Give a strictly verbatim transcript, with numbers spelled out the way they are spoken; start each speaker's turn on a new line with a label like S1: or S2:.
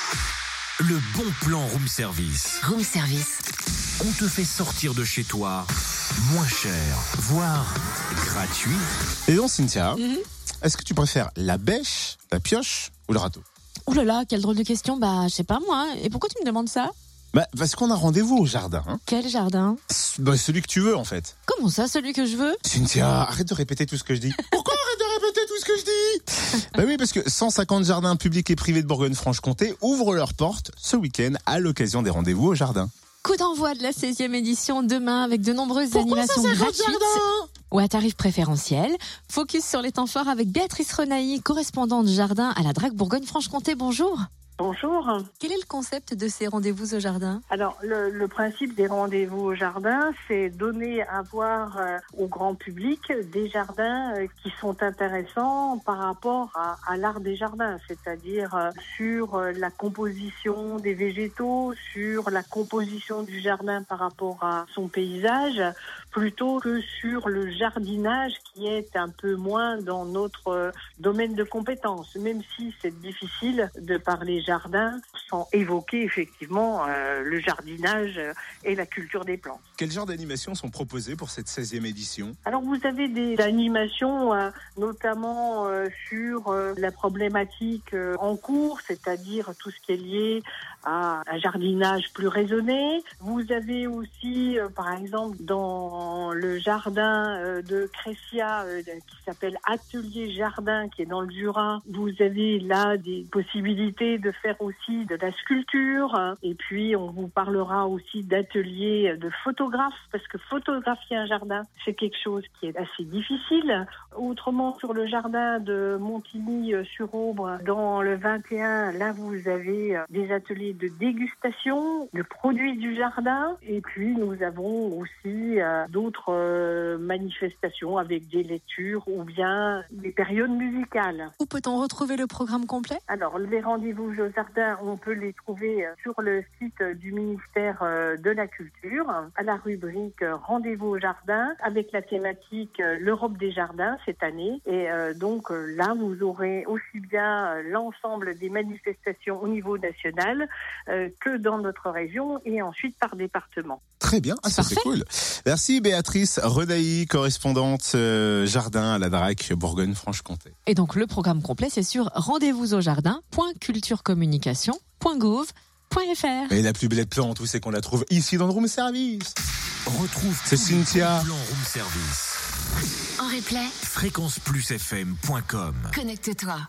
S1: Le bon plan room service.
S2: Room service.
S1: On te fait sortir de chez toi moins cher, voire gratuit.
S3: Et donc, Cynthia,
S4: Mhm.
S3: est-ce que tu préfères la bêche, la pioche ou le râteau?
S4: Ouh là là, quelle drôle de question. Bah, je sais pas moi. Et pourquoi tu me demandes ça?
S3: Bah, parce qu'on a rendez-vous au jardin. Hein.
S4: Quel jardin?
S3: Bah, celui que tu veux, en fait.
S4: Comment ça, celui que je veux?
S3: Cynthia, arrête de répéter tout ce que je dis. Pourquoi arrête de répéter tout ce que je dis? Bah oui, parce que cent cinquante jardins publics et privés de Bourgogne-Franche-Comté ouvrent leurs portes ce week-end à l'occasion des rendez-vous au jardin.
S4: Coup d'envoi de la seizième édition demain avec de nombreuses
S3: Pourquoi
S4: animations
S3: cent cinquante
S4: gratuites
S3: jardins
S4: ou à tarif préférentiel. Focus sur les temps forts avec Béatrice Renailly, correspondante jardin à la Drac Bourgogne-Franche-Comté. Bonjour.
S5: Bonjour.
S4: Quel est le concept de ces rendez-vous au jardin?
S5: Alors, le, le principe des rendez-vous au jardin, c'est donner à voir euh, au grand public des jardins euh, qui sont intéressants par rapport à, à l'art des jardins, c'est-à-dire euh, sur euh, la composition des végétaux, sur la composition du jardin par rapport à son paysage, plutôt que sur le jardinage qui est un peu moins dans notre euh, domaine de compétences, même si c'est difficile de parler jardin sans évoquer effectivement euh, le jardinage euh, et la culture des plantes.
S3: Quel genre d'animations sont proposées pour cette seizième édition?
S5: Alors vous avez des animations euh, notamment euh, sur euh, la problématique euh, en cours, c'est-à-dire tout ce qui est lié à un jardinage plus raisonné. Vous avez aussi euh, par exemple dans le jardin euh, de Crécia euh, qui s'appelle Atelier Jardin qui est dans le Jura, vous avez là des possibilités de faire aussi de la sculpture, hein. Et puis on vous parlera aussi d'ateliers de photographe parce que photographier un jardin c'est quelque chose qui est assez difficile. Autrement sur le jardin de Montigny-sur-Aubre dans le vingt et un, là vous avez des ateliers de dégustation de produits du jardin et puis nous avons aussi euh, d'autres euh, manifestations avec des lectures ou bien des périodes musicales.
S4: Où peut-on retrouver le programme complet?
S5: Alors les rendez-vous au jardin, on peut les trouver sur le site du ministère de la Culture, à la rubrique Rendez-vous au jardin, avec la thématique l'Europe des jardins cette année. Et donc là, vous aurez aussi bien l'ensemble des manifestations au niveau national que dans notre région et ensuite par département.
S3: Très bien, ah, ça c'est cool. Merci Béatrice Renailly, correspondante euh, jardin à la Drac Bourgogne-Franche-Comté.
S4: Et donc le programme complet, c'est sur rendez-vous au jardin point culturecommunication point gouv point f r.
S3: Et la plus belle plante, où c'est qu'on la trouve ici dans le room service.
S1: Retrouve
S3: C'est
S1: tous les
S3: Cynthia.
S1: bons plans room service.
S2: En replay,
S1: fréquence plus f m point com.
S2: connecte-toi.